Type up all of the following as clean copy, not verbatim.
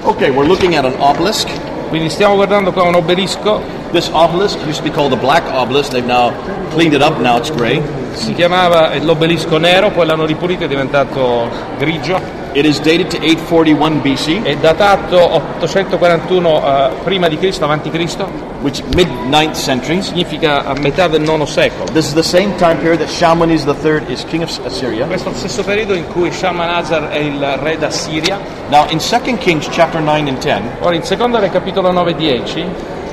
Okay, we're looking at an obelisk. Quindi stiamo guardando qua un obelisco. This obelisk used to be called the Black Obelisk. They've now cleaned it up, now it's gray. Si chiamava l'obelisco nero, poi l'hanno ripulito e è diventato grigio. It is dated to 841 BC, È datato 841 prima di Cristo, avanti Cristo, which mid-9th century. significa a metà del IX secolo. This is the same time period that Shalmaneser III is king of Assyria. Questo è lo stesso periodo in cui Shalmaneser è il re d'Assiria. Now, in 2 Kings chapter 9 and 10, Ora in seconda del capitolo 9 e 10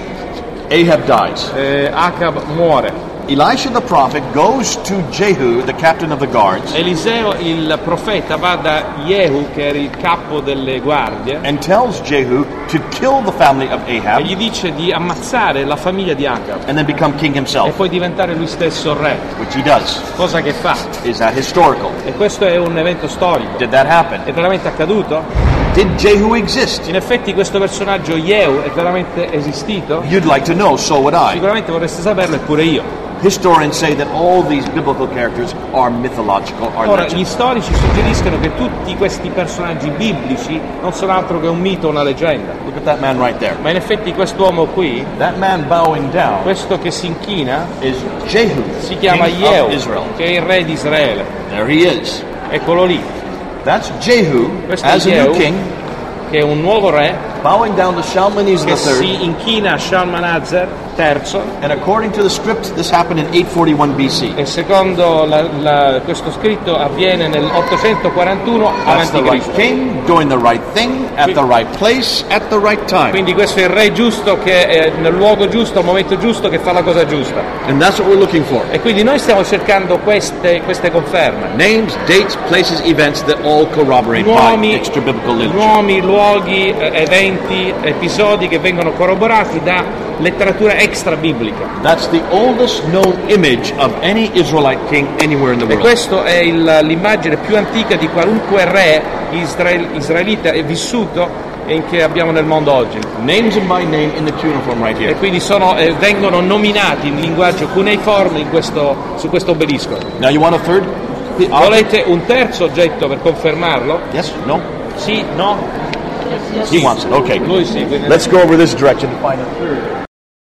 Ahab dies. Acab muore. Elisha the prophet goes to Jehu, the captain of the guards, Eliseo il profeta va da Jehu, che era il capo delle guardie, and tells Jehu to kill the family of e Ahab gli dice di ammazzare la famiglia di Acab and then become king e himself, poi diventare lui stesso re, which he does. cosa che fa. Is that historical? E questo è un evento storico. Did that happen? È veramente accaduto? Did Jehu exist? In effetti questo personaggio Jehu è veramente esistito? You'd like to know, so would I. Sicuramente vorreste saperlo, eppure io. Historians say that all these biblical characters are mythological, are Ora, gli legends. storici suggeriscono che tutti questi personaggi biblici non sono altro che un mito o una leggenda. Look at that man right there. Ma in effetti quest'uomo qui, That man bowing down questo che si inchina, is Jehu, si chiama king Jehu, of Israel. che è il re di Israele. There he is. Eccolo lì. That's Jehu Questo è as a new Jehu, king, che è un nuovo re, bowing down to Shalmaneser che III. si inchina a Shalmaneser III, And according to the script, this happened in 841 BC. e secondo questo scritto avviene nel 841 That's the avanti right Cristo. king, doing the right thing, at the right place, at the right time. Quindi questo è il re giusto, che è nel luogo giusto, al momento giusto, che fa la cosa giusta. And that's what we're looking for. E quindi noi stiamo cercando queste conferme. Names, dates, places, events that all corroborate by extra biblical literature. Nomi, luoghi, eventi, episodi che vengono corroborati da letteratura extra biblica. That's the oldest known image of any Israelite king anywhere in the E world. questa è l'immagine più antica di qualunque re israelita è vissuto e che abbiamo nel mondo oggi. Names and by name in the cuneiform right E here. quindi vengono nominati in linguaggio cuneiforme su questo obelisco. Now you want a third? Volete un terzo oggetto per confermarlo? Yes? No? Sì? No? He wants it. Okay. Lui sì, quindi Let's go over this direction to find a third.